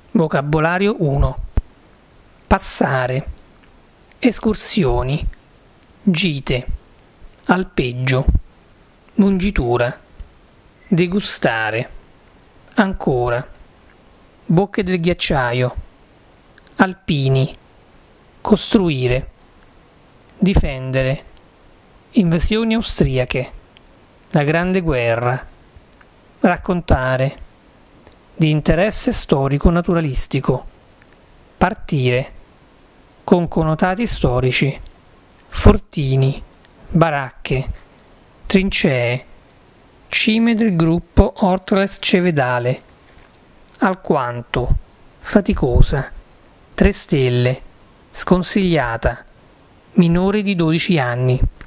Vocabolario 1. Passare. Escursioni. Gite. Alpeggio. Mungitura. Degustare. Ancora. Bocche del ghiacciaio. Alpini. Costruire. Difendere. Invasioni austriache. La Grande Guerra. Raccontare. Di interesse storico-naturalistico. Partire. Con connotati storici. Fortini. Baracche. Trincee. Cime del gruppo Ortles-Cevedale. Alquanto. Faticosa. 3 stelle. Sconsigliata. Minore di 12 anni.